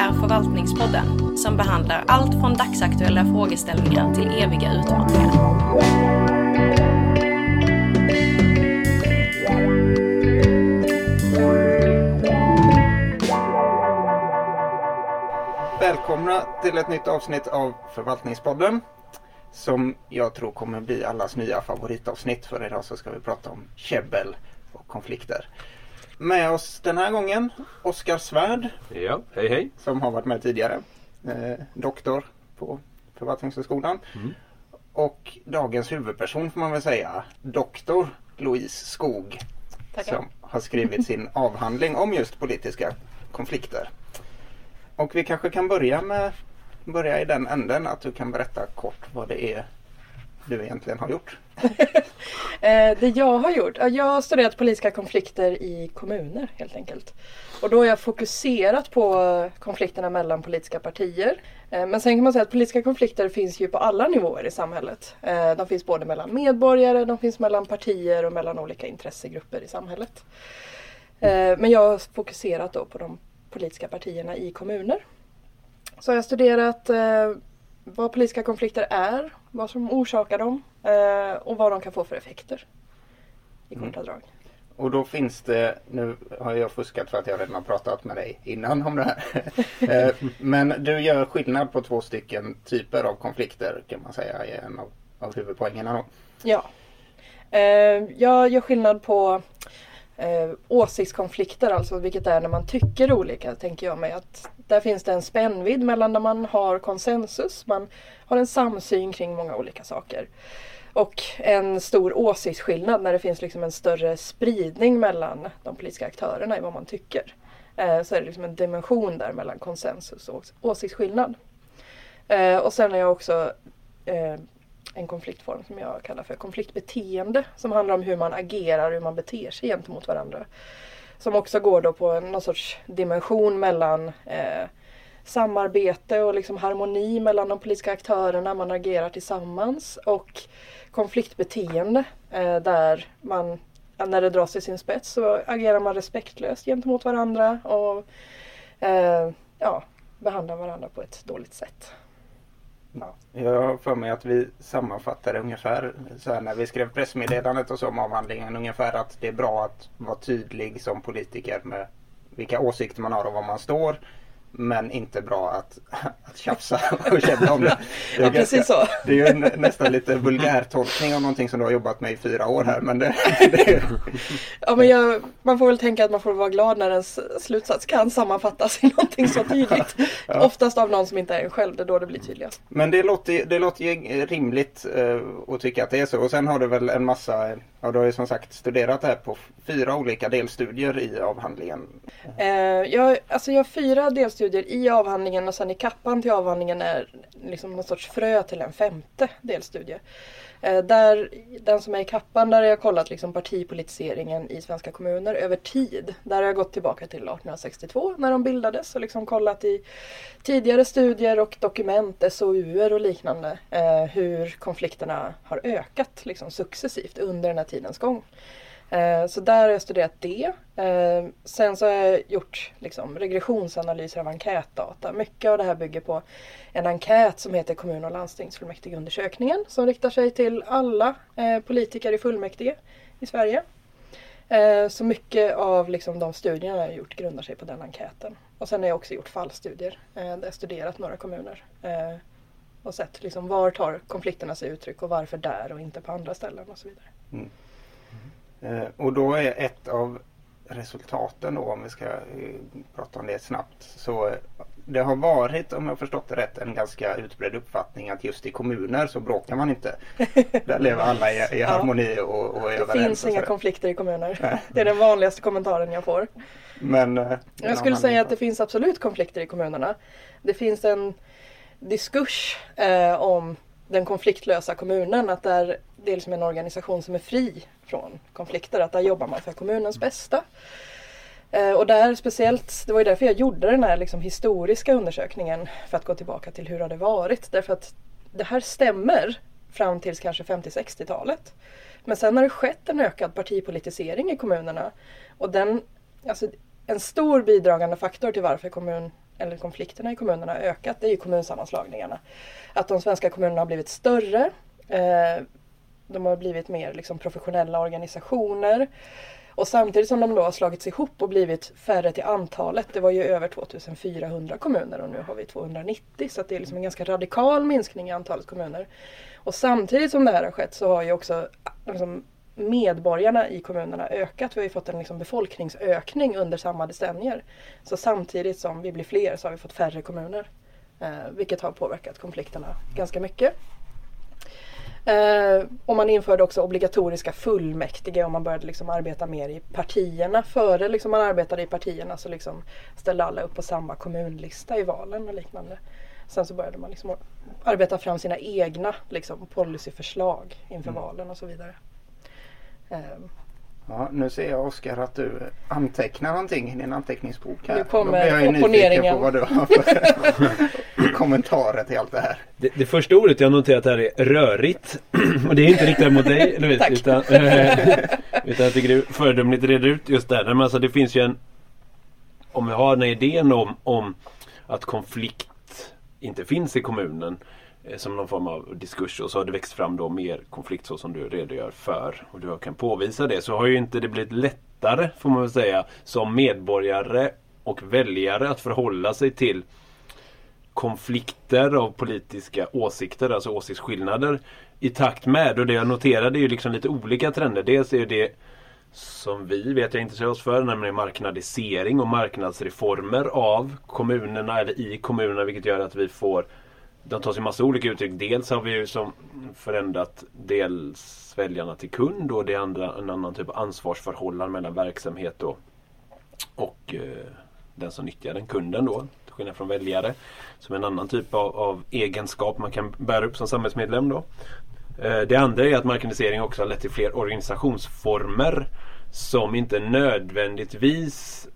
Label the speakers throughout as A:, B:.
A: är Förvaltningspodden som behandlar allt från dagsaktuella frågeställningar till eviga utmaningar.
B: Välkomna till ett nytt avsnitt av Förvaltningspodden som jag tror kommer bli allas nya favoritavsnitt, för idag så ska vi prata om käbbel och konflikter. Med oss den här gången Oskar Svärd.
C: Ja, hej hej.
B: Som har varit med tidigare. Doktor på Förvaltningshögskolan. Och dagens huvudperson får man väl säga, doktor Louise Skog.
D: Tackar.
B: Som har skrivit sin avhandling om just politiska konflikter. Och vi kanske kan börja i den änden att du kan berätta kort vad det är du egentligen har gjort.
D: Det jag har gjort? Jag har studerat politiska konflikter i kommuner helt enkelt. Och då har jag fokuserat på konflikterna mellan politiska partier. Men sen kan man säga att politiska konflikter finns ju på alla nivåer i samhället. De finns både mellan medborgare, de finns mellan partier och mellan olika intressegrupper i samhället. Men jag har fokuserat då på de politiska partierna i kommuner. Så jag har studerat vad politiska konflikter är, vad som orsakar dem och vad de kan få för effekter i korta drag.
B: Och då finns det, nu har jag fuskat för att jag redan har pratat med dig innan om det här. Men du gör skillnad på två stycken typer av konflikter, kan man säga, är en av huvudpoängerna då.
D: Ja, jag gör skillnad på åsiktskonflikter, alltså vilket är när man tycker olika, tänker jag mig att där finns det en spännvidd mellan när man har konsensus, man har en samsyn kring många olika saker. Och en stor åsiktsskillnad när det finns liksom en större spridning mellan de politiska aktörerna i vad man tycker. Så är det liksom en dimension där mellan konsensus och åsiktsskillnad. Och sen är jag också en konfliktform som jag kallar för konfliktbeteende, som handlar om hur man agerar och hur man beter sig gentemot varandra. Som också går då på någon sorts dimension mellan samarbete och liksom harmoni mellan de politiska aktörerna, man agerar tillsammans, och konfliktbeteende där man, när det dras till sin spets, så agerar man respektlöst gentemot varandra och behandlar varandra på ett dåligt sätt.
B: Ja. Jag har för mig att vi sammanfattade ungefär så här när vi skrev pressmeddelandet och så om avhandlingen, ungefär att det är bra att vara tydlig som politiker med vilka åsikter man har och var man står, men inte bra att tjafsa och käbbla om det. Det är,
D: precis så.
B: Det är ju nästan lite vulgärtolkning av någonting som du har jobbat med i 4 år här. Men
D: Ja, men man får väl tänka att man får vara glad när ens slutsats kan sammanfattas i någonting så tydligt. Ja. Oftast av någon som inte är en själv, det är då det blir tydligast.
B: Men det låter ju rimligt att tycka att det är så. Och sen har du väl en massa, du har ju som sagt studerat det här på 4 olika delstudier i avhandlingen.
D: Jag har 4 delstudier i avhandlingen, och sen i kappan till avhandlingen är liksom någon sorts frö till en 5:e delstudie. Där, den som är i kappan, där har jag kollat liksom partipolitiseringen i svenska kommuner över tid. Där har jag gått tillbaka till 1862 när de bildades och liksom kollat i tidigare studier och dokument, SOUer och liknande, hur konflikterna har ökat liksom successivt under den här tidens gång. Så där har jag studerat det. Sen så har jag gjort liksom regressionsanalyser av enkätdata. Mycket av det här bygger på en enkät som heter kommun- och landstingsfullmäktigeundersökningen, som riktar sig till alla politiker i fullmäktige i Sverige. Så mycket av liksom de studierna jag har gjort grundar sig på den enkäten. Och sen har jag också gjort fallstudier där jag studerat några kommuner och sett liksom var tar konflikterna sig uttryck och varför där och inte på andra ställen och så vidare.
B: Mm. Och då är ett av resultaten då, om vi ska prata om det snabbt, så det har varit, om jag har förstått det rätt, en ganska utbredd uppfattning att just i kommuner så bråkar man inte. Där lever alla i harmoni och är överens.
D: Det finns inga konflikter i kommuner. Det är den vanligaste kommentaren jag får.
B: Men
D: jag skulle säga att det finns absolut konflikter i kommunerna. Det finns en diskurs om den konfliktlösa kommunen, att det är liksom en organisation som är fri från konflikter, att där jobbar man för kommunens bästa. Och där speciellt, det var ju därför jag gjorde den här liksom historiska undersökningen, för att gå tillbaka till hur har det varit. Därför att det här stämmer fram till kanske 50-60-talet. Men sen har det skett en ökad partipolitisering i kommunerna. Och en stor bidragande faktor till varför eller konflikterna i kommunerna har ökat, det är ju kommunsammanslagningarna. Att de svenska kommunerna har blivit större, de har blivit mer liksom professionella organisationer. Och samtidigt som de då har slagits ihop och blivit färre till antalet, det var ju över 2400 kommuner och nu har vi 290, så att det är liksom en ganska radikal minskning i antalet kommuner. Och samtidigt som det här har skett så har ju också liksom medborgarna i kommunerna ökat. Vi har ju fått en liksom befolkningsökning under samma decennier. Så samtidigt som vi blir fler så har vi fått färre kommuner, vilket har påverkat konflikterna ganska mycket. Och man införde också obligatoriska fullmäktige och man började liksom arbeta mer i partierna. Före liksom man arbetade i partierna så liksom ställde alla upp på samma kommunlista i valen och liknande. Sen så började man liksom arbeta fram sina egna liksom policyförslag inför valen och så vidare.
B: Ja, nu ser jag, Oskar, att du antecknar någonting i din anteckningsbok här.
D: Nu kommer
B: då blir jag nyfiken på vad du har för kommentarer till allt det här.
C: Det första ordet jag noterat här är rörigt. Och det är inte riktigt mot dig, Louise, utan jag tycker du föredömligt reder ut just där. Men alltså det finns ju om vi har den idén om att konflikt inte finns i kommunen som någon form av diskurs, och så har det växt fram då mer konflikt så som du redogör för och du kan påvisa det, så har ju inte det blivit lättare, får man väl säga, som medborgare och väljare att förhålla sig till konflikter av politiska åsikter, alltså åsiktsskillnader i takt med, och det jag noterade är ju liksom lite olika trender. Dels är det som vi vet jag intresserar oss för, nämligen marknadisering och marknadsreformer av kommunerna eller i kommunerna, vilket gör att vi får, de tar sig massa olika uttryck. Dels har vi ju som förändrat dels väljarna till kund, och det andra en annan typ av ansvarsförhållande mellan verksamhet och den som nyttjar den, kunden då, till skillnad från väljare, som en annan typ av egenskap man kan bära upp som samhällsmedlem då. Det andra är att marknadisering också har lett till fler organisationsformer som inte nödvändigtvis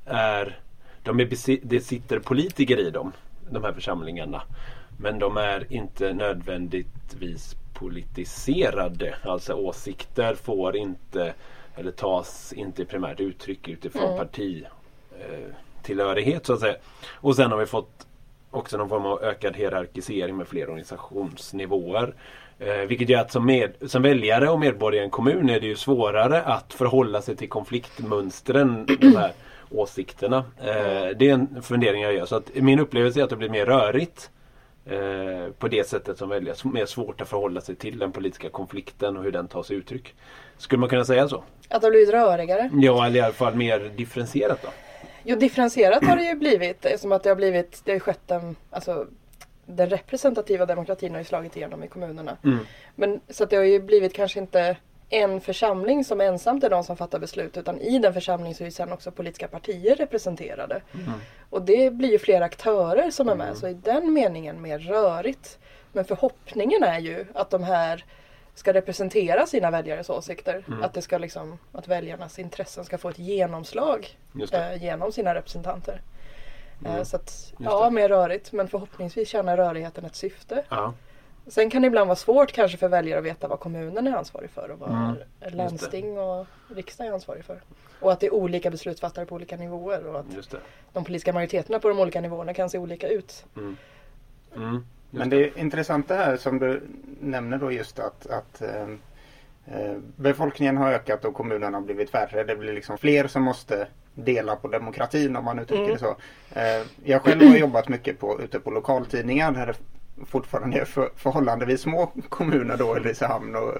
C: det sitter politiker i dem, de här församlingarna. Men de är inte nödvändigtvis politiserade. Alltså åsikter får inte, eller tas inte primärt uttryck utifrån partitillhörighet så att säga. Och sen har vi fått också någon form av ökad hierarkisering med fler organisationsnivåer. Vilket gör att som väljare och medborgare i en kommun är det ju svårare att förhålla sig till konfliktmönstren, de här åsikterna. Det är en fundering jag gör. Så att min upplevelse är att det blir mer rörigt på det sättet som väljare. Mer svårt att förhålla sig till den politiska konflikten och hur den tar sig uttryck. Skulle man kunna säga så? Att
D: det har blivit rörigare?
C: Ja, eller i alla fall mer differentierat då.
D: Jo, differentierat har det ju blivit. Som att det har skett den representativa demokratin har ju slagit igenom i kommunerna. Men så att det har ju blivit kanske inte en församling som ensamt är de som fattar beslut, utan i den församlingen så är ju sen också politiska partier representerade. Och det blir ju fler aktörer som är med, så i den meningen mer rörigt. Men förhoppningen är ju att de här ska representera sina väljares åsikter. Att det ska liksom, att väljarnas intressen ska få ett genomslag genom sina representanter. Så att, mer rörigt, men förhoppningsvis tjänar rörigheten ett syfte.
C: Ja.
D: Sen kan det ibland vara svårt kanske för väljare att veta vad kommunen är ansvarig för och vad landsting och riksdag är ansvarig för. Och att det är olika beslutsfattare på olika nivåer och att de politiska majoriteterna på de olika nivåerna kan se olika ut.
B: Men det är intressant det här som du nämner då, just att befolkningen har ökat och kommunerna har blivit färre. Det blir liksom fler som måste dela på demokratin, om man uttrycker det så. Jag själv har jobbat mycket ute på lokaltidningar där det fortfarande är förhållandevis små kommuner då, Ulricehamn och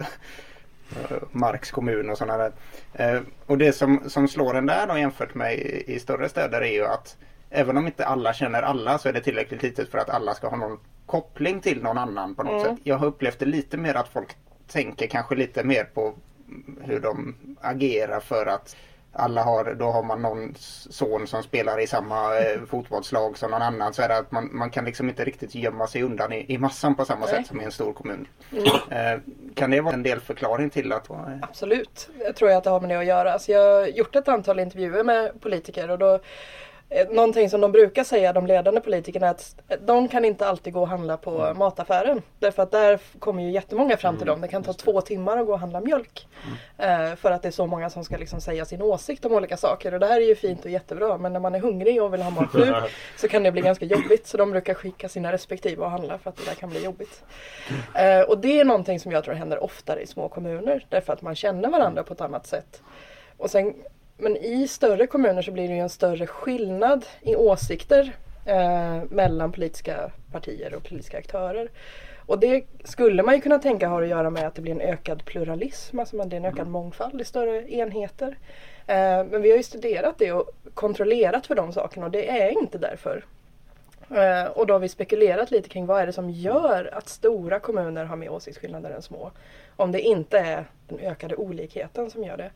B: Marks kommun och sådana där. Och det som slår en där då jämfört med i större städer är ju att även om inte alla känner alla så är det tillräckligt litet för att alla ska ha någon koppling till någon annan på något sätt. Jag har upplevt det lite mer att folk tänker kanske lite mer på hur de agerar för att då har man någon son som spelar i samma fotbollslag som någon annan, så är det att man kan liksom inte riktigt gömma sig undan i massan på samma sätt som i en stor kommun. Kan det vara en del förklaring till att...
D: Absolut, jag tror att det har med det att göra. Alltså jag har gjort ett antal intervjuer med politiker och då någonting som de brukar säga, de ledande politikerna, är att de kan inte alltid gå och handla på mataffären. Därför att där kommer ju jättemånga fram till dem. Det kan ta 2 timmar att gå och handla mjölk. För att det är så många som ska liksom säga sin åsikt om olika saker. Och det här är ju fint och jättebra. Men när man är hungrig och vill ha mat nu så kan det bli ganska jobbigt. Så de brukar skicka sina respektive och handla för att det där kan bli jobbigt. Och det är någonting som jag tror händer oftare i små kommuner. Därför att man känner varandra på ett annat sätt. Och sen, men i större kommuner så blir det ju en större skillnad i åsikter mellan politiska partier och politiska aktörer. Och det skulle man ju kunna tänka har att göra med att det blir en ökad pluralism, alltså det är en ökad mångfald i större enheter. Men vi har ju studerat det och kontrollerat för de sakerna och det är inte därför. Och då har vi spekulerat lite kring vad är det som gör att stora kommuner har mer åsiktsskillnader än små. Om det inte är den ökade olikheten som gör det.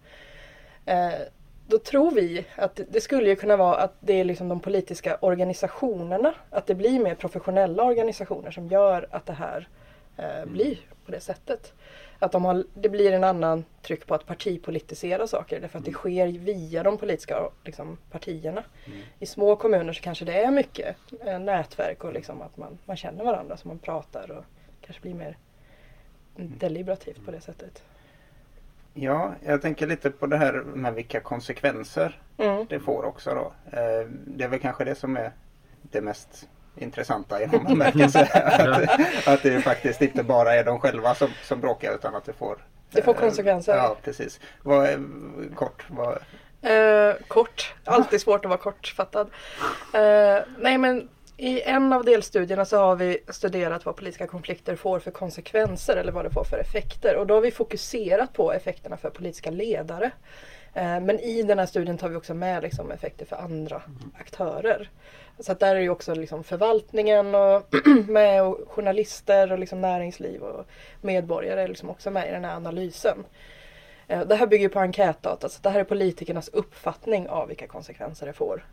D: Då tror vi att det skulle ju kunna vara att det är liksom de politiska organisationerna, att det blir mer professionella organisationer som gör att det här blir på det sättet. Att det blir en annan tryck på att partipolitisera saker därför att det sker via de politiska liksom, partierna. I små kommuner så kanske det är mycket nätverk och liksom att man känner varandra så man pratar och kanske blir mer deliberativt på det sättet.
B: Ja, jag tänker lite på det här med vilka konsekvenser det får också då. Det är väl kanske det som är det mest intressanta i någon bemärkelse. att det faktiskt inte bara är de själva som bråkar utan att det får
D: konsekvenser.
B: Ja, precis. Vad är kort?
D: Kort. Alltid svårt att vara kortfattad. Nej men i en av delstudierna så har vi studerat vad politiska konflikter får för konsekvenser eller vad det får för effekter. Och då har vi fokuserat på effekterna för politiska ledare. Men i den här studien tar vi också med liksom effekter för andra aktörer. Så att där är ju också liksom förvaltningen och med och journalister och liksom näringsliv och medborgare är liksom också med i den här analysen. Det här bygger på enkätdata, så det här är politikernas uppfattning av vilka konsekvenser det får.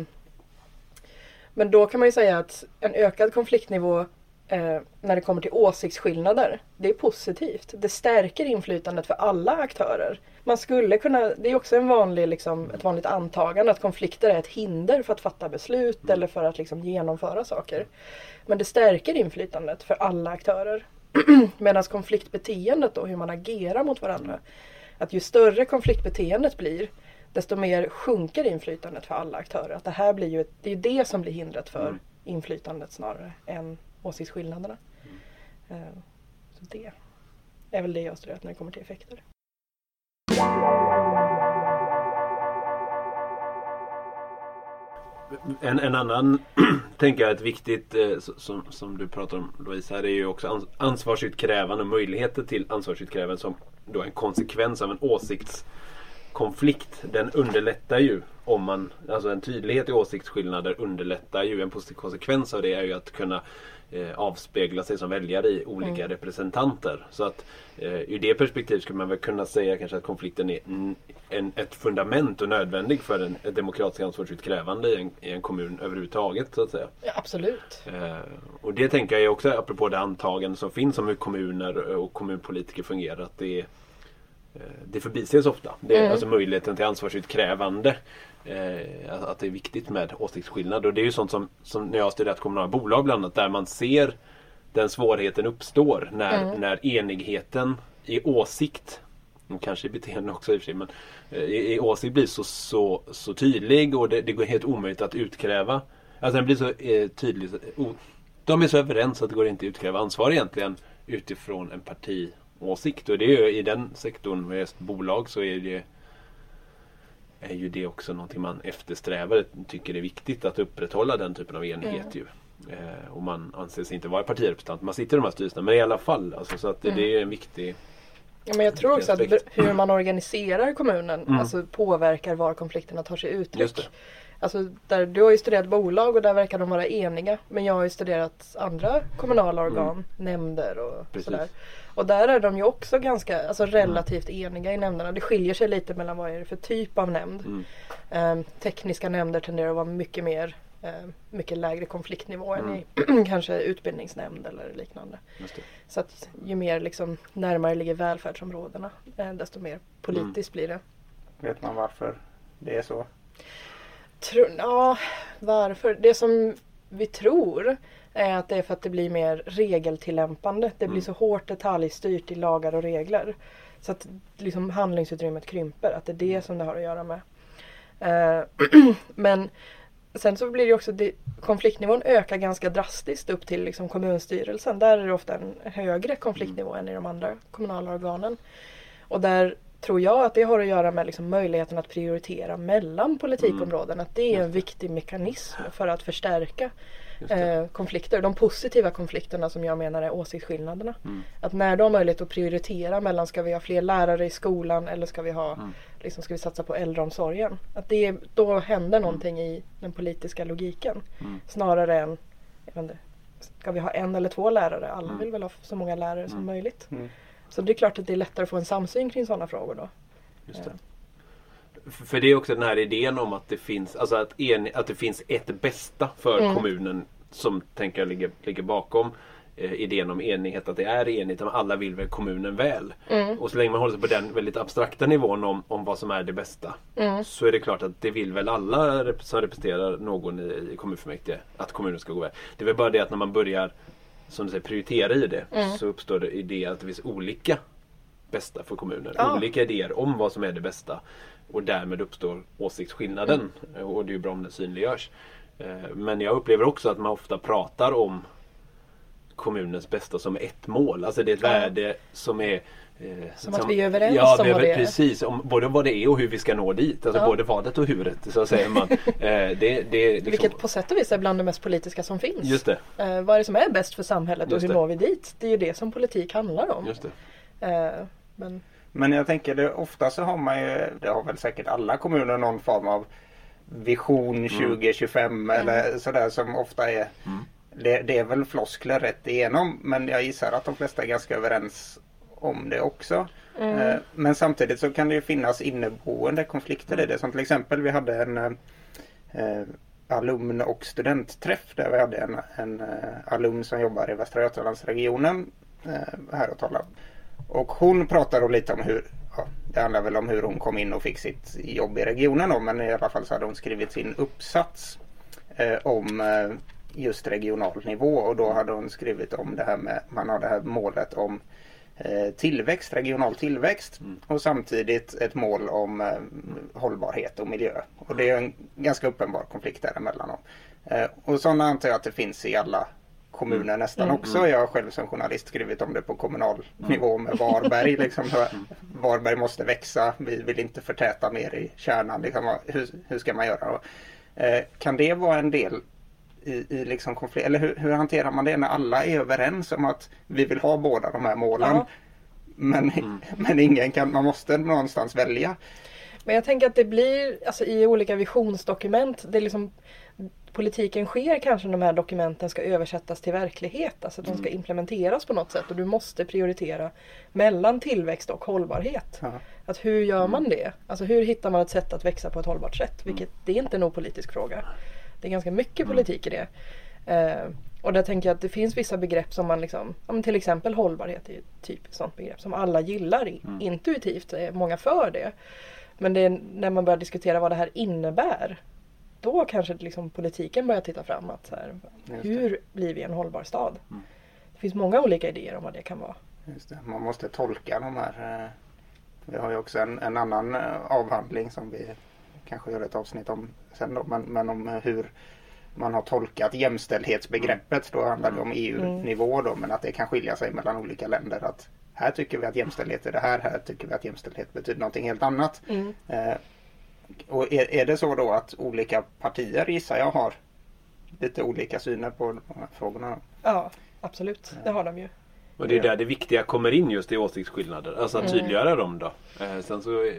D: Men då kan man ju säga att en ökad konfliktnivå när det kommer till åsiktsskillnader, det är positivt. Det stärker inflytandet för alla aktörer. Man skulle kunna, det är också ett vanligt antagande att konflikter är ett hinder för att fatta beslut eller för att liksom genomföra saker. Men det stärker inflytandet för alla aktörer. Medan konfliktbeteendet då, hur man agerar mot varandra, att ju större konfliktbeteendet blir, desto mer sjunker inflytandet för alla aktörer. Att det här blir ju det är ju det som blir hindret för inflytandet snarare än åsiktsskillnaderna. Så det är väl det jag har studerat när det kommer till effekter.
C: En annan, tänker jag, ett viktigt som du pratar om, Louise, här är ju också ansvarsutkrävande och möjligheter till ansvarsutkrävande som då en konsekvens av en åsiktskonflikt. Den underlättar ju om man, alltså en tydlighet i åsiktsskillnader underlättar ju, en positiv konsekvens av det är ju att kunna avspegla sig som väljare i olika representanter. Så att ur det perspektivet skulle man väl kunna säga kanske att konflikten är ett fundament och nödvändig för en demokratisk ansvarsutkrävande i en kommun överhuvudtaget, så att säga. Ja,
D: absolut.
C: Och det tänker jag också, apropå det antagande som finns om hur kommuner och kommunpolitiker fungerar, att det förbises ofta. Det är alltså möjligheten till ansvarsutkrävande. Att det är viktigt med åsiktsskillnad. Och det är ju sånt som när jag har studerat kommunala bolag bland annat, där man ser den svårigheten uppstår när enigheten i åsikt, kanske i beteende också i och för sig, men i åsikt blir så tydlig och det går helt omöjligt att utkräva. Alltså den blir så tydlig. De är så överens att det går inte att utkräva ansvar egentligen utifrån en partiåsikt. Och det är ju i den sektorn med just bolag så är ju det också någonting man eftersträvar, tycker det är viktigt att upprätthålla den typen av enighet ju. Och man anser sig inte vara partirepresentant, man sitter i de här styrelserna, men i alla fall alltså, så att det är en viktig.
D: Ja, men jag tror också att hur man organiserar kommunen alltså påverkar var konflikterna tar sig uttryck.
C: Just det.
D: Alltså du har ju studerat bolag och där verkar de vara eniga, men jag har ju studerat andra kommunala organ, nämnder och sådär. Och där är de ju också ganska relativt eniga i nämnderna. Det skiljer sig lite mellan vad är det för typ av nämnd. Tekniska nämnder tenderar att vara mycket lägre konfliktnivå än i kanske utbildningsnämnd eller liknande.
C: Just det.
D: Så att ju mer liksom närmare ligger välfärdsområdena, desto mer politiskt blir det.
B: Vet man varför det är så?
D: Varför? Det som vi tror är att det är för att det blir mer regeltillämpande. Det blir så hårt detaljstyrt i lagar och regler. Så att liksom handlingsutrymmet krymper. Att det är det som det har att göra med. Men sen så blir det också konfliktnivån ökar ganska drastiskt upp till liksom kommunstyrelsen. Där är det ofta en högre konfliktnivå än i de andra kommunala organen. Och där tror jag att det har att göra med liksom möjligheten att prioritera mellan politikområden. Att det är en viktig mekanism för att förstärka konflikter. De positiva konflikterna som jag menar är åsiktsskillnaderna. Att när de har möjlighet att prioritera mellan ska vi ha fler lärare i skolan eller ska vi ha liksom, ska vi satsa på äldreomsorgen. Att då händer någonting i den politiska logiken. Snarare än ska vi ha 1 eller 2 lärare? Alla vill väl ha så många lärare som möjligt. Så det är klart att det är lättare att få en samsyn kring sådana frågor då.
C: Just det. För det är också den här idén om att det finns, alltså att det finns ett bästa för kommunen som tänker jag ligger bakom idén om enighet, att det är enigt, att alla vill väl kommunen väl. Och så länge man håller sig på den väldigt abstrakta nivån om vad som är det bästa, så är det klart att det vill väl alla som representerar någon i kommunfullmäktige att kommunen ska gå väl. Det är väl bara det att när man börjar, som du säger, prioritera i det, så uppstår det idé att det finns olika bästa för kommunen. Olika idéer om vad som är det bästa. Och därmed uppstår åsiktsskillnaden. Och det är ju bra om det synliggörs. Men jag upplever också att man ofta pratar om kommunens bästa som ett mål. Alltså det är ett värde som är...
D: som att vi är överens om vad det är.
C: Precis, om både vad det är och hur vi ska nå dit. Alltså både vadet och huret, så säger man. Det liksom...
D: Vilket på sätt och vis är bland det mest politiska som finns.
C: Just det.
D: Vad är det som är bäst för samhället och hur når vi dit? Det är ju det som politik handlar om.
C: Just det.
B: Men jag tänker, ofta så har man ju, det har väl säkert alla kommuner någon form av vision 2025 eller sådär som ofta är, det är väl floskler rätt igenom, men jag gissar att de flesta är ganska överens om det också. Men samtidigt så kan det ju finnas inneboende konflikter i det, som till exempel vi hade en alumn- och studentträff där vi hade en alumn som jobbar i Västra Götalandsregionen här och talade. Och hon pratar då lite om hur, det handlar väl om hur hon kom in och fick sitt jobb i regionen då, men i alla fall så hade hon skrivit sin uppsats om just regional nivå, och då hade hon skrivit om det här med, man har det här målet om tillväxt, regional tillväxt, och samtidigt ett mål om hållbarhet och miljö. Och det är en ganska uppenbar konflikt däremellan. Och sådana antar jag att det finns i alla kommuner nästan också. Jag har själv som journalist skrivit om det på kommunal nivå med Varberg. Liksom, Varberg måste växa, vi vill inte förtäta mer i kärnan. Liksom, hur ska man göra? Och, kan det vara en del i liksom konflikt? Eller hur hanterar man det när alla är överens om att vi vill ha båda de här målen? Men ingen kan, man måste någonstans välja.
D: Men jag tänker att det blir, alltså i olika visionsdokument, det är liksom, politiken sker kanske när de här dokumenten ska översättas till verklighet. Alltså de ska implementeras på något sätt, och du måste prioritera mellan tillväxt och hållbarhet. Att hur gör man det? Alltså hur hittar man ett sätt att växa på ett hållbart sätt? Vilket, det är inte en opolitisk fråga. Det är ganska mycket politik i det. Och där tänker jag att det finns vissa begrepp som man liksom, till exempel hållbarhet är typ ett sånt begrepp som alla gillar intuitivt, är många för det. Men det är när man börjar diskutera vad det här innebär, då kanske liksom politiken börjar titta framåt. Så här, hur blir vi en hållbar stad? Det finns många olika idéer om vad det kan vara.
B: Just det. Man måste tolka de här. Vi har ju också en annan avhandling som vi kanske gör ett avsnitt om sen då, men om hur man har tolkat jämställdhetsbegreppet. Då handlar det om EU-nivå då, men att det kan skilja sig mellan olika länder. Att här tycker vi att jämställdhet är det här tycker vi att jämställdhet betyder någonting helt annat. Och är det så då att olika partier, gissar jag, har lite olika syner på de här frågorna?
D: Ja, absolut. Det har de ju.
C: Och det är där det viktiga kommer in, just i åsiktsskillnader. Alltså att tydliggöra dem då. Sen så,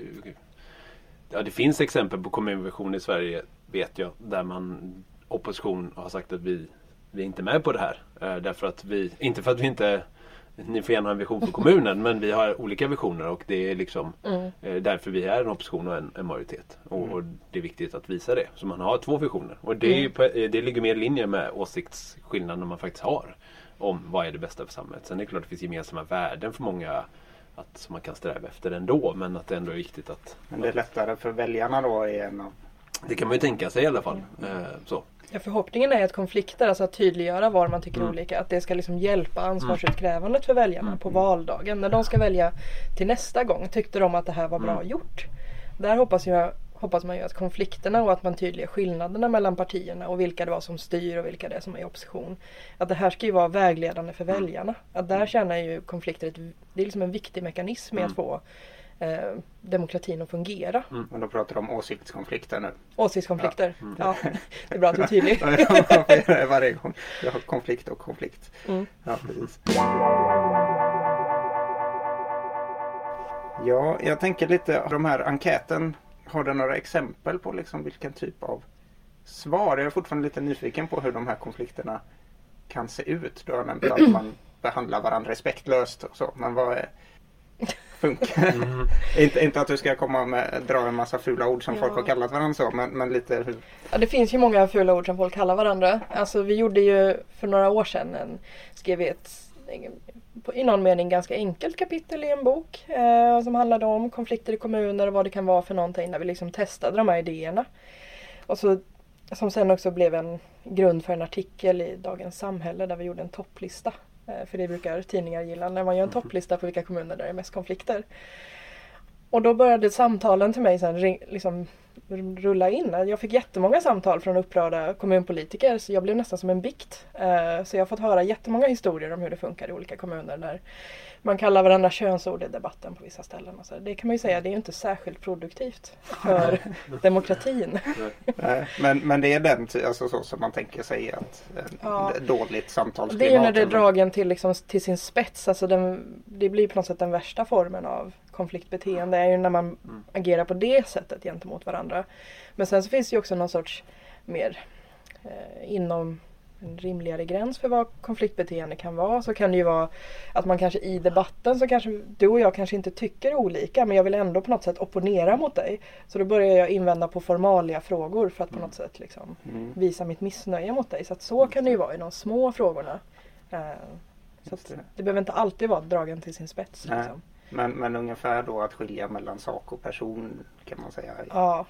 C: det finns exempel på kommunvision i Sverige, vet jag, där opposition har sagt att vi är inte med på det här. Därför att inte för att vi inte... Ni får gärna ha en vision för kommunen, men vi har olika visioner, och det är liksom därför vi är en opposition och en majoritet. Och det är viktigt att visa det. Så man har 2 visioner. Och det ligger mer i linje med åsiktsskillnaden man faktiskt har om vad är det bästa för samhället. Sen är det klart att det finns gemensamma värden för många som man kan sträva efter ändå, men att det ändå är viktigt att...
B: Men det är lättare för väljarna då är en av
C: Det kan man ju tänka sig i alla fall. Så.
D: Ja, förhoppningen är att konflikter, alltså att tydliggöra var man tycker olika, att det ska liksom hjälpa ansvarsutkrävandet för väljarna på valdagen. När de ska välja till nästa gång, tyckte de att det här var bra gjort. Där hoppas man ju att konflikterna och att man tydliggör skillnaderna mellan partierna och vilka det var som styr och vilka det är som är i opposition. Att det här ska ju vara vägledande för väljarna. Att där tjänar ju konflikter, det är liksom en viktig mekanism i att få demokratin att fungera.
B: Men då pratar du om åsiktskonflikter nu.
D: Åsiktskonflikter, ja. Det är bra att du är tydlig.
B: Varje gång. Jag har konflikt och konflikt. Ja, precis. Ja, jag tänker lite, de här enkäten, har du några exempel på liksom vilken typ av svar? Jag är fortfarande lite nyfiken på hur de här konflikterna kan se ut. Du har nämnt att man behandlar varandra respektlöst och så, men vad är funkar? Inte att du ska dra en massa fula ord som folk har kallat varandra så, men lite hur...
D: Ja, det finns ju många fula ord som folk kallar varandra. Alltså vi gjorde ju för några år sedan skrev i någon mening ganska enkelt kapitel i en bok som handlade om konflikter i kommuner och vad det kan vara för någonting, där vi liksom testade de här idéerna. Och så, som sen också blev en grund för en artikel i Dagens Samhälle där vi gjorde en topplista. För det brukar tidningar gilla, när man gör en topplista på vilka kommuner där det är mest konflikter. Och då började samtalen till mig sen liksom rulla in. Jag fick jättemånga samtal från upprörda kommunpolitiker, så jag blev nästan som en bikt. Så jag har fått höra jättemånga historier om hur det funkar i olika kommuner där man kallar varandra könsord i debatten på vissa ställen. Och så. Det kan man ju säga, det är ju inte särskilt produktivt för demokratin.
B: Nej, men det är den alltså så som man tänker sig att dåligt samtalsklimat.
D: Det är ju när det är dragen till sin spets. Alltså det blir på något sätt den värsta formen av konfliktbeteende. Det är ju när man agerar på det sättet gentemot varandra. Men sen så finns det ju också någon sorts mer inom en rimligare gräns för vad konfliktbeteende kan vara. Så kan det ju vara att man kanske i debatten så kanske du och jag kanske inte tycker olika, men jag vill ändå på något sätt opponera mot dig. Så då börjar jag invända på formalia frågor för att på något sätt liksom visa mitt missnöje mot dig. Så att så kan det ju vara i de små frågorna. Så att det behöver inte alltid vara dragen till sin spets. Liksom.
B: Men ungefär då att skilja mellan sak och person kan man säga.
D: Ja.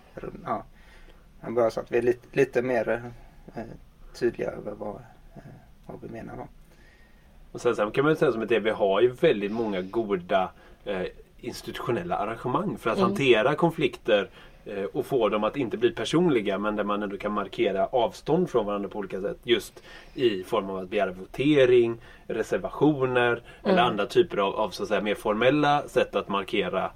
B: Men bara så att vi är lite mer tydliga över vad vi menar då.
C: Och sen kan man säga som att vi har ju väldigt många goda institutionella arrangemang för att hantera konflikter och få dem att inte bli personliga, men där man ändå kan markera avstånd från varandra på olika sätt, just i form av att begära votering, reservationer eller andra typer av så att säga mer formella sätt att markera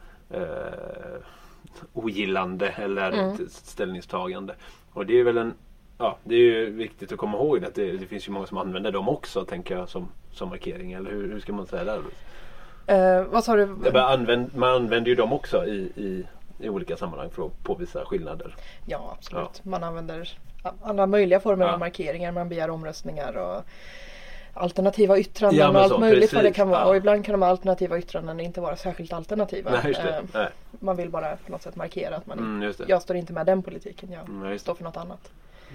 C: ogillande eller ställningstagande. Och det är väl det är ju viktigt att komma ihåg att det finns ju många som använder dem också, tänker jag, som markering. Eller hur ska man säga där?
D: Vad sa du?
C: Man använder ju dem också i olika sammanhang för att påvisa skillnader.
D: Ja, absolut. Ja. Man använder alla möjliga former av markeringar. Man begär omröstningar och alternativa yttranden och allt möjligt vad det kan vara. Ja. Och ibland kan de alternativa yttranden inte vara särskilt alternativa.
C: Nej, just det. Nej.
D: Man vill bara på något sätt markera att man jag står inte med den politiken. Jag står för något annat.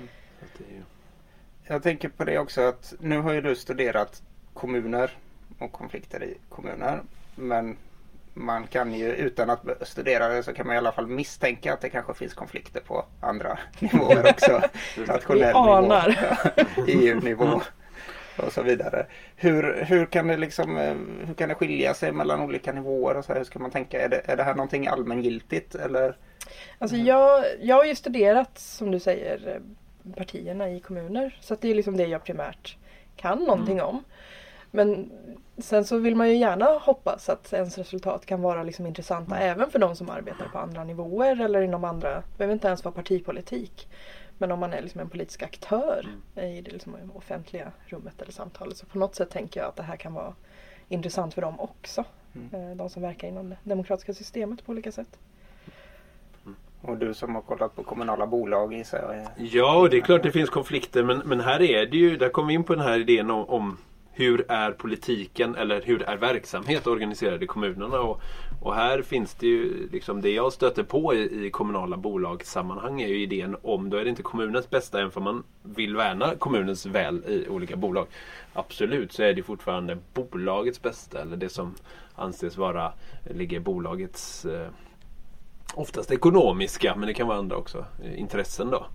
B: Jag tänker på det också, att nu har ju du studerat kommuner och konflikter i kommuner, men man kan ju, utan att studera det, så kan man i alla fall misstänka att det kanske finns konflikter på andra nivåer också. Nationell nivå, EU-nivå och så vidare. Hur kan det liksom, hur kan det skilja sig mellan olika nivåer och så här? Hur ska man tänka? Är det här någonting allmängiltigt eller?
D: Alltså jag har ju studerat, som du säger, partierna i kommuner. Så att det är liksom det jag primärt kan någonting om. Men sen så vill man ju gärna hoppas att ens resultat kan vara liksom intressanta även för de som arbetar på andra nivåer eller inom andra, det behöver inte ens vara partipolitik. Men om man är liksom en politisk aktör i det liksom offentliga rummet eller samtalet, så på något sätt tänker jag att det här kan vara intressant för dem också. De som verkar inom det demokratiska systemet på olika sätt.
B: Och du som har kollat på kommunala bolag
C: Ja, det är klart det finns konflikter, men här är det ju, där kommer vi in på den här idén om hur är politiken eller hur är verksamhet organiserad i kommunerna, och här finns det ju liksom, det jag stöter på i kommunala bolagssammanhang är ju idén om, då är det inte kommunens bästa än för man vill värna kommunens väl i olika bolag. Absolut, så är det fortfarande bolagets bästa eller det som anses vara ligger bolagets oftast ekonomiska, men det kan vara andra också intressen då.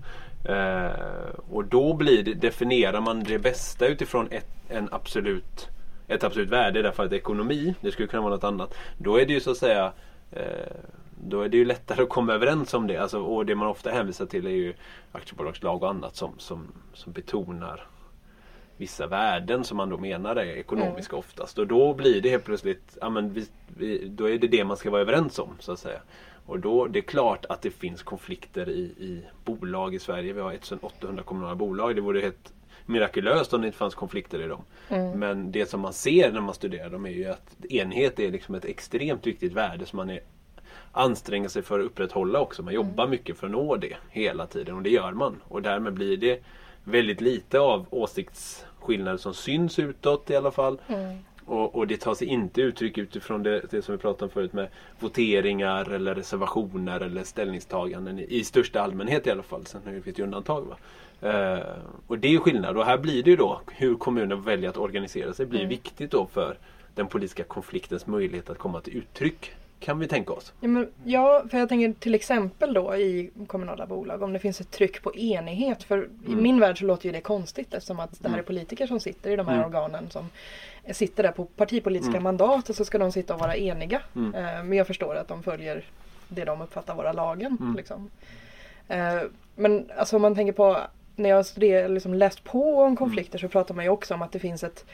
C: Och då definierar man det bästa utifrån ett absolut värde, därför att ekonomi, det skulle kunna vara något annat. Då är det ju så att säga då är det ju lättare att komma överens om det. Alltså, och det man ofta hänvisar till är ju aktiebolagslag och annat som betonar vissa värden som man då menar är ekonomiska oftast. Och då blir det helt plötsligt, då är det man ska vara överens om, så att säga. Och då, det är klart att det finns konflikter i bolag i Sverige. Vi har 1800 kommunala bolag. Det vore helt mirakulöst om det inte fanns konflikter i dem. Men det som man ser när man studerar dem är ju att enhet är liksom ett extremt viktigt värde som man anstränger sig för att upprätthålla också. Man jobbar mycket för att nå det hela tiden, och det gör man. Och därmed blir det väldigt lite av åsiktsskillnader som syns utåt i alla fall. Och det tar sig inte uttryck utifrån det som vi pratade om förut med voteringar eller reservationer eller ställningstaganden i största allmänhet i alla fall. Sen är det ett undantag, va? Och det är skillnad. Och här blir det ju då hur kommunen väljer att organisera sig blir viktigt då för den politiska konfliktens möjlighet att komma till uttryck. Kan vi tänka oss?
D: Ja, för jag tänker till exempel då i kommunala bolag, om det finns ett tryck på enighet. För i min värld så låter ju det konstigt, eftersom att det här är politiker som sitter i de här organen som sitter där på partipolitiska mandat, och så ska de sitta och vara eniga. Men jag förstår att de följer det de uppfattar vara lagen. Liksom. Men alltså om man tänker på, när jag liksom läst på om konflikter så pratar man ju också om att det finns ett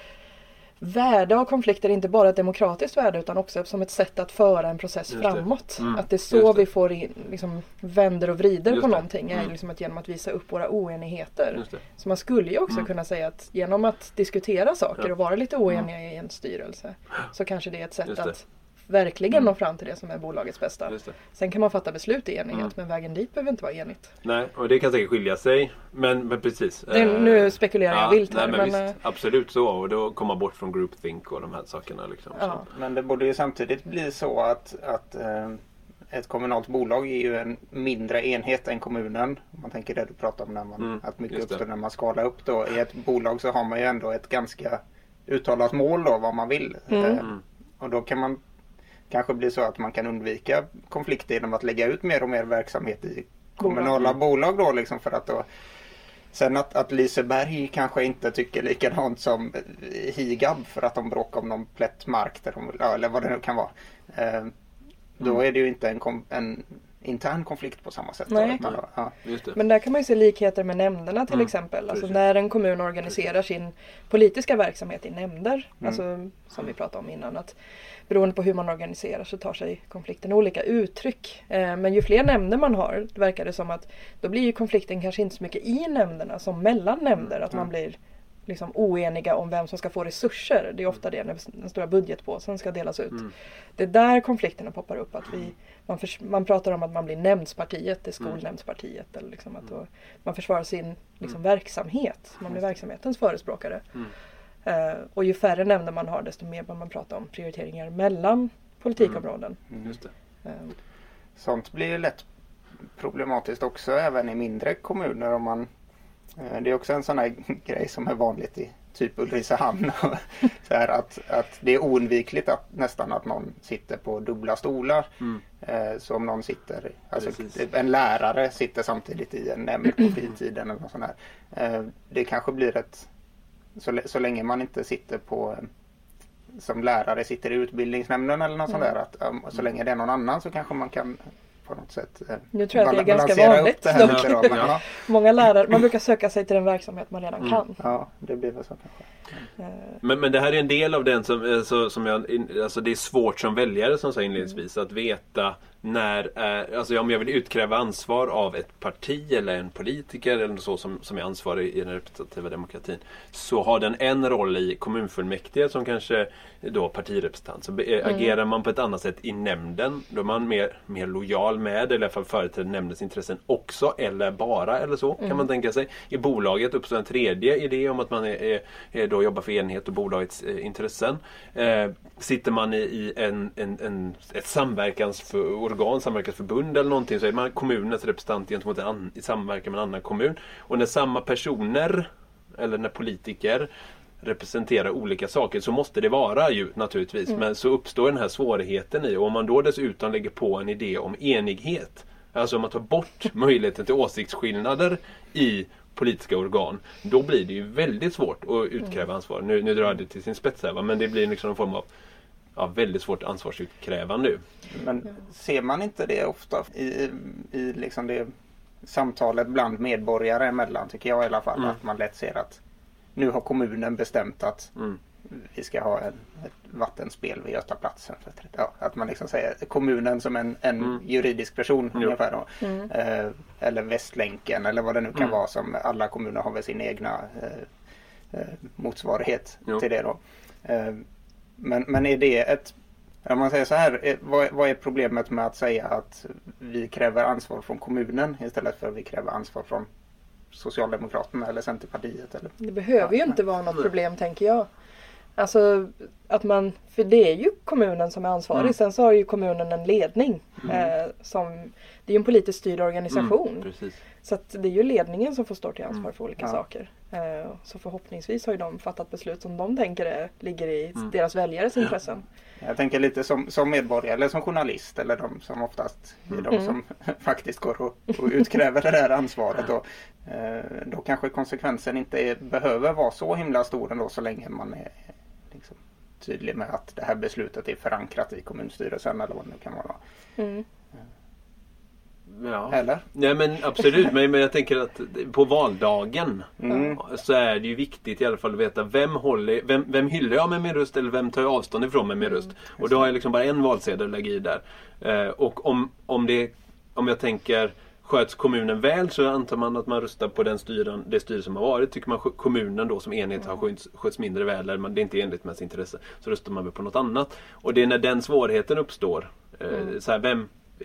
D: värde av konflikter, inte bara ett demokratiskt värde utan också som ett sätt att föra en process framåt. Att det är så vi får liksom vänder och vrider på någonting, är liksom att genom att visa upp våra oenigheter. Så man skulle ju också kunna säga att genom att diskutera saker och vara lite oeniga i en styrelse, så kanske det är ett sätt att verkligen nå fram till det som är bolagets bästa. Sen kan man fatta beslut i enighet, men vägen dit behöver inte vara enigt.
C: Nej, och det kan säkert skilja sig. Men precis.
D: Nu spekulerar jag vilt här.
C: Men visst, absolut så. Och då komma bort från groupthink och de här sakerna. Liksom,
D: ja.
B: Men det borde ju samtidigt bli så att ett kommunalt bolag är ju en mindre enhet än kommunen. Om man tänker det du pratar om, när man, att mycket uppstår när man skalar upp. Då. I ett bolag så har man ju ändå ett ganska uttalat mål då, vad man vill. Och då kan man kanske bli så att man kan undvika konflikter genom att lägga ut mer och mer verksamhet i kommunala bolag då, liksom, för att då sen att Liseberg kanske inte tycker likadant som Higab för att de bråkar om någon plätt mark där eller vad det nu kan vara. Då är det ju inte en intern konflikt på samma sätt.
D: Nej.
C: Just det.
D: Men där kan man ju se likheter med nämnderna till exempel. Alltså när en kommun organiserar sin politiska verksamhet i nämnder, alltså som vi pratade om innan, att beroende på hur man organiserar så tar sig konflikten olika uttryck. Men ju fler nämnder man har, verkar det som att då blir ju konflikten kanske inte så mycket i nämnderna som mellan nämnder. Att man blir liksom oeniga om vem som ska få resurser. Det är ofta det när den stora budgetpåsen ska delas ut. Det är där konflikterna poppar upp. Att man pratar om att man blir nämndspartiet, det är skolnämndspartiet. Eller liksom att man försvarar sin liksom verksamhet. Man blir verksamhetens förespråkare. Och ju färre nämnder man har, desto mer man pratar om prioriteringar mellan politikområden.
C: Just det.
B: Sånt blir ju lätt problematiskt också även i mindre kommuner. Om man, det är också en sån här grej som är vanligt i typ Ulricehamn. Så här att det är oundvikligt nästan att någon sitter på dubbla stolar. Så om någon sitter, alltså en lärare sitter samtidigt i en nämnd på fritiden eller något sånt här. Det kanske blir ett, så länge man inte sitter på som lärare sitter i utbildningsnämnden eller något sånt där, att så länge det är någon annan så kanske man kan på något sätt
D: nu tror jag att det är ganska vanligt. Många lärare, man brukar söka sig till den verksamhet man redan kan.
B: Ja, det blir väl så kanske.
C: Men det här är en del av den som alltså det är svårt som väljare, som sa inledningsvis, att veta när, alltså om jag vill utkräva ansvar av ett parti eller en politiker eller så som är ansvarig i den representativa demokratin, så har den en roll i kommunfullmäktige som kanske då partirepresentant. Så agerar man på ett annat sätt i nämnden, då är man mer lojal med, eller i alla fall företräder nämndens intressen också, eller bara, eller så kan man tänka sig. I bolaget uppstår en tredje idé om att man då jobbar för enhet och bolagets intressen. Sitter man i ett samverkansförbund eller någonting, så är man kommunens representant gentemot i samverkan med en annan kommun. Och när samma personer, eller när politiker representerar olika saker. Så måste det vara ju naturligtvis. Men så uppstår den här svårigheten i. Och om man då dessutom lägger på en idé om enighet. Alltså om man tar bort möjligheten till åsiktsskillnader i politiska organ. Då blir det ju väldigt svårt att utkräva ansvar. Nu drar det till sin spets här, va? Men det blir liksom en form av väldigt svårt ansvarsutkrävande.
B: Men ser man inte det ofta i liksom det samtalet bland medborgare emellan, tycker jag i alla fall, att man lätt ser att nu har kommunen bestämt att vi ska ha ett vattenspel vid Götaplatsen. Att man liksom säger kommunen som en juridisk person ungefär då. Eller Västlänken eller vad det nu kan vara, som alla kommuner har väl sin egna motsvarighet till det då. Men är det om man säger så här, vad är problemet med att säga att vi kräver ansvar från kommunen istället för att vi kräver ansvar från Socialdemokraterna eller Centerpartiet? Eller?
D: Det behöver ju inte vara något problem, tänker jag. Alltså att för det är ju kommunen som är ansvarig. Sen så har ju kommunen en ledning. Det är ju en politiskt styrd organisation. Så att det är ju ledningen som får stå till ansvar för olika saker. Så förhoppningsvis har ju de fattat beslut som de tänker ligger i deras väljares intressen.
B: Jag tänker lite som medborgare eller som journalist, eller de som oftast är de som faktiskt går och utkräver det där ansvaret. Då kanske konsekvensen inte behöver vara så himla stor ändå, så länge man är liksom tydlig med att det här beslutet är förankrat i kommunstyrelsen eller vad det nu kan vara.
C: Ja.
B: Eller?
C: Ja, men absolut, men jag tänker att på valdagen så är det ju viktigt i alla fall att veta vem hyllar jag med min röst eller vem tar jag avstånd ifrån med min röst. Och då har jag liksom bara en valsedel att lägga i där. Och om jag tänker sköts kommunen väl, så antar man att man röstar på det styre som har varit. Tycker man kommunen då som enhet har sköts mindre väl, eller det är inte enligt med ens intresse, så röstar man väl på något annat. Och det är när den svårigheten uppstår, så här,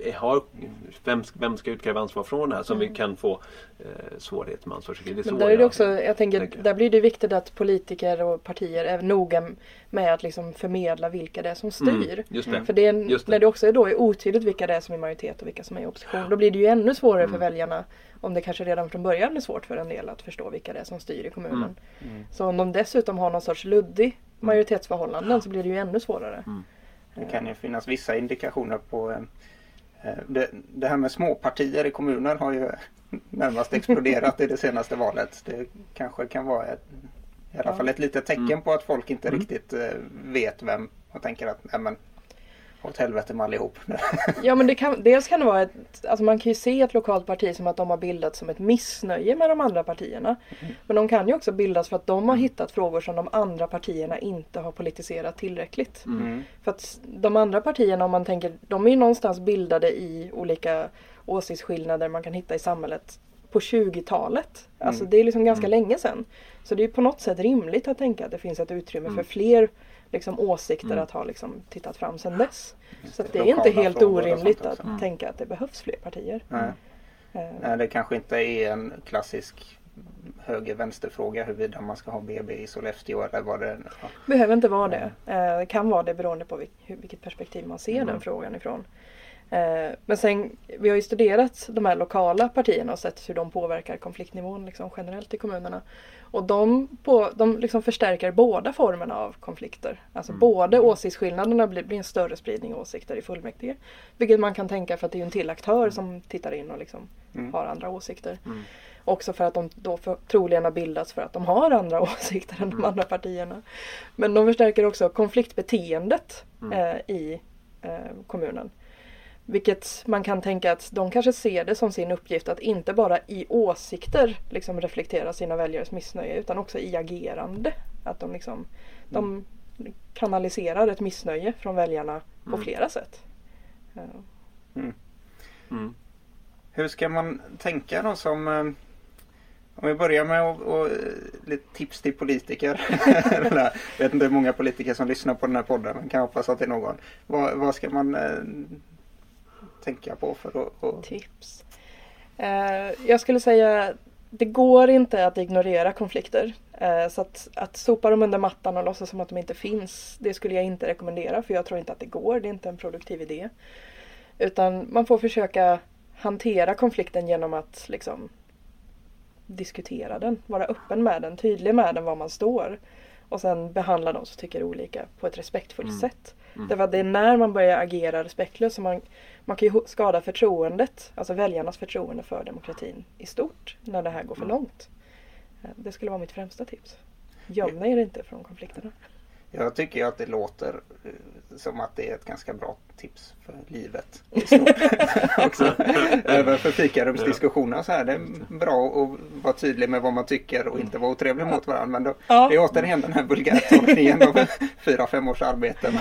C: vem ska utkräva ansvar från det här, som vi kan få svårighet med ansvar.
D: Men där är det också, jag tänker, där blir det viktigt att politiker och partier är noga med att liksom förmedla vilka det är som styr. För när det också är otydligt vilka det är som är majoritet och vilka som är i opposition, då blir det ju ännu svårare för väljarna, om det kanske redan från början är svårt för en del att förstå vilka det är som styr i kommunen. Så om de dessutom har någon sorts luddig majoritetsförhållanden, så blir det ju ännu svårare.
B: Det kan ju finnas vissa indikationer på det här med småpartier i kommunen har ju närmast exploderat i det senaste valet. Det kanske kan vara i alla fall ett litet tecken på att folk inte riktigt vet vem, och tänker att åt helvete med allihop.
D: Ja, men dels kan det vara alltså man kan ju se ett lokalt parti som att de har bildats som ett missnöje med de andra partierna. Men de kan ju också bildas för att de har hittat frågor som de andra partierna inte har politiserat tillräckligt. För att de andra partierna, om man tänker, de är ju någonstans bildade i olika åsiktsskillnader man kan hitta i samhället på 20-talet. Alltså det är liksom ganska länge sedan. Så det är på något sätt rimligt att tänka att det finns ett utrymme för fler liksom åsikter att ha liksom tittat fram sedan dess. Så att det är inte helt orimligt att tänka att det behövs fler partier.
B: Nej, det kanske inte är en klassisk höger-vänsterfråga huruvida man ska ha BB i Sollefteå eller vad det är.
D: Behöver inte vara det. Det kan vara det beroende på vilket perspektiv man ser den frågan ifrån. Men sen, vi har ju studerat de här lokala partierna och sett hur de påverkar konfliktnivån liksom generellt i kommunerna. Och de liksom förstärker båda formerna av konflikter. Alltså både åsiktsskillnaderna blir en större spridning av åsikter i fullmäktige. Vilket man kan tänka för att det är en till aktör som tittar in och liksom har andra åsikter. Också för att de då troligen har bildats för att de har andra åsikter än de andra partierna. Men de förstärker också konfliktbeteendet i kommunen. Vilket man kan tänka att de kanske ser det som sin uppgift att inte bara i åsikter liksom reflektera sina väljares missnöje, utan också i agerande. Att de liksom de kanaliserar ett missnöje från väljarna på flera sätt.
B: Hur ska man tänka då som... Om vi börjar med lite tips till politiker. Jag vet inte hur många politiker som lyssnar på den här podden, men kan hoppas att det är någon. Vad ska man tänka på för att...
D: Tips. Jag skulle säga det går inte att ignorera konflikter. Så att sopa dem under mattan och låtsas som att de inte finns, det skulle jag inte rekommendera, för jag tror inte att det går. Det är inte en produktiv idé. Utan man får försöka hantera konflikten genom att liksom diskutera den, vara öppen med den, tydlig med den var man står. Och sen behandla de som tycker olika på ett respektfullt sätt. Därför att det är när man börjar agera respektlöst som man kan ju skada förtroendet, alltså väljarnas förtroende för demokratin i stort, när det här går för långt. Det skulle vara mitt främsta tips. Gömma er inte från konflikterna.
B: Jag tycker ju att det låter som att det är ett ganska bra tips för livet i stort. Också. Även för fikarumsdiskussioner så här. Det är bra att vara tydlig med vad man tycker och inte vara otrevlig mot varandra. Men det är återigen den här vulgärtolkningen av 4-5 års arbete.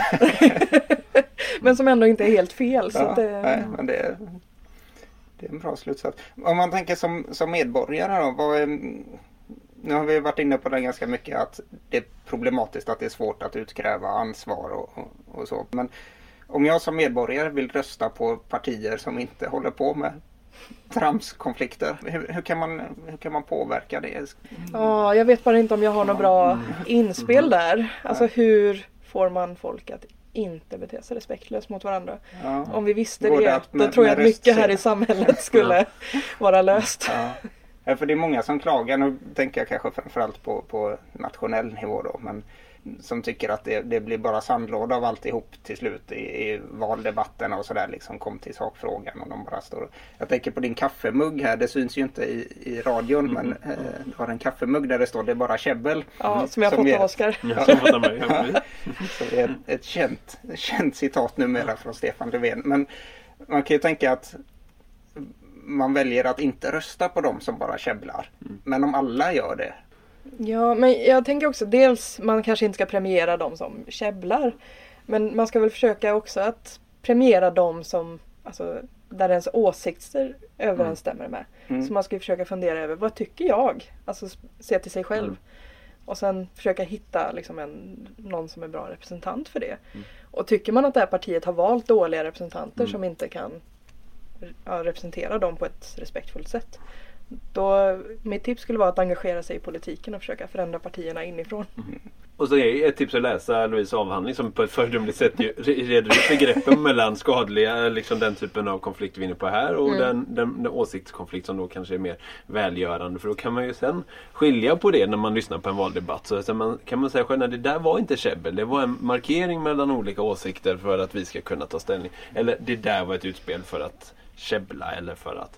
D: Men som ändå inte är helt fel. Så
B: nej, men det är en bra slutsats. Om man tänker som medborgare då, nu har vi varit inne på det ganska mycket att det är problematiskt att det är svårt att utkräva ansvar och så. Men om jag som medborgare vill rösta på partier som inte håller på med tramskonflikter, hur kan man påverka det?
D: Ja, jag vet bara inte om jag har något bra inspel där. Alltså hur får man folk att inte bete sig respektlöst mot varandra? Ja. Om vi visste det, då tror jag att mycket här i samhället skulle vara löst.
B: Ja, för det är många som klagar, nu tänker jag kanske framförallt på nationell nivå då, men som tycker att det blir bara sandlåda av alltihop till slut i valdebatten och sådär, liksom kom till sakfrågan och de bara står. Jag tänker på din kaffemugg här, det syns ju inte i radion, men du har en kaffemugg där det står det är bara käbbel.
D: Ja, som jag fått av Oskar.
B: Så det är ett känt citat numera från Stefan Löfven, men man kan ju tänka att man väljer att inte rösta på dem som bara käbblar. Men om alla gör det.
D: Ja, men jag tänker också dels man kanske inte ska premiera dem som käbblar. Men man ska väl försöka också att premiera dem som, alltså, där ens åsikter överensstämmer med. Så man ska försöka fundera över, vad tycker jag? Alltså se till sig själv. Och sen försöka hitta liksom någon som är bra representant för det. Och tycker man att det här partiet har valt dåliga representanter som inte kan representera dem på ett respektfullt sätt. Då, mitt tips skulle vara att engagera sig i politiken och försöka förändra partierna inifrån.
C: Och så är ett tips att läsa Louise avhandling som på ett föredömligt sätt reder ut begreppen mellan skadliga, liksom den typen av konflikt vi är inne på här och den åsiktskonflikt som då kanske är mer välgörande. För då kan man ju sen skilja på det när man lyssnar på en valdebatt. Så kan man säga själv, det där var inte käbbel. Det var en markering mellan olika åsikter för att vi ska kunna ta ställning. Eller det där var ett utspel för att käbbla eller för att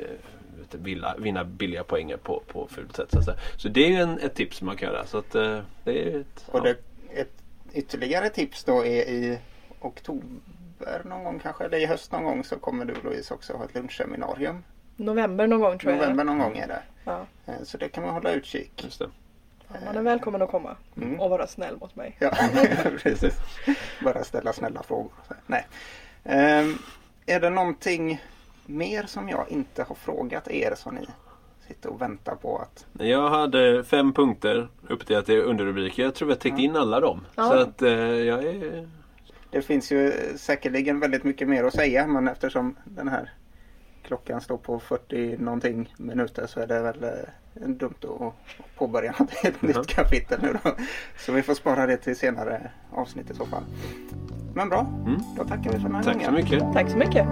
C: vinna billiga poänger på fult sätt. Så det är ju ett tips man kan göra. Så att, det är
B: ett ytterligare tips då är i oktober någon gång kanske, eller i höst någon gång, så kommer du, Louise, också ha ett lunchseminarium.
D: November någon gång tror jag.
B: November någon gång är det.
D: Ja.
B: Så det kan man hålla utkik.
C: Just det.
D: Ja, man är välkommen att komma och vara snäll mot mig.
B: Ja, precis. Bara ställa snälla frågor. Nej. Är det någonting mer som jag inte har frågat er som ni sitter och väntar på att...
C: Jag hade 5 punkter uppdelat i underrubriker. Jag tror jag täckt in alla dem. Ja. Så att jag är...
B: Det finns ju säkerligen väldigt mycket mer att säga, men eftersom den här klockan står på 40 någonting minuter så är det väl dumt att påbörja ett nytt kapitel nu då. Så vi får spara det till senare avsnitt i så fall. Men bra, då tackar vi för den här gången.
C: Tack så mycket.
D: Tack så mycket.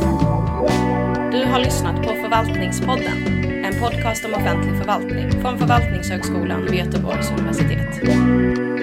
A: Du har lyssnat på Förvaltningspodden, en podcast om offentlig förvaltning från Förvaltningshögskolan vid Göteborgs universitet.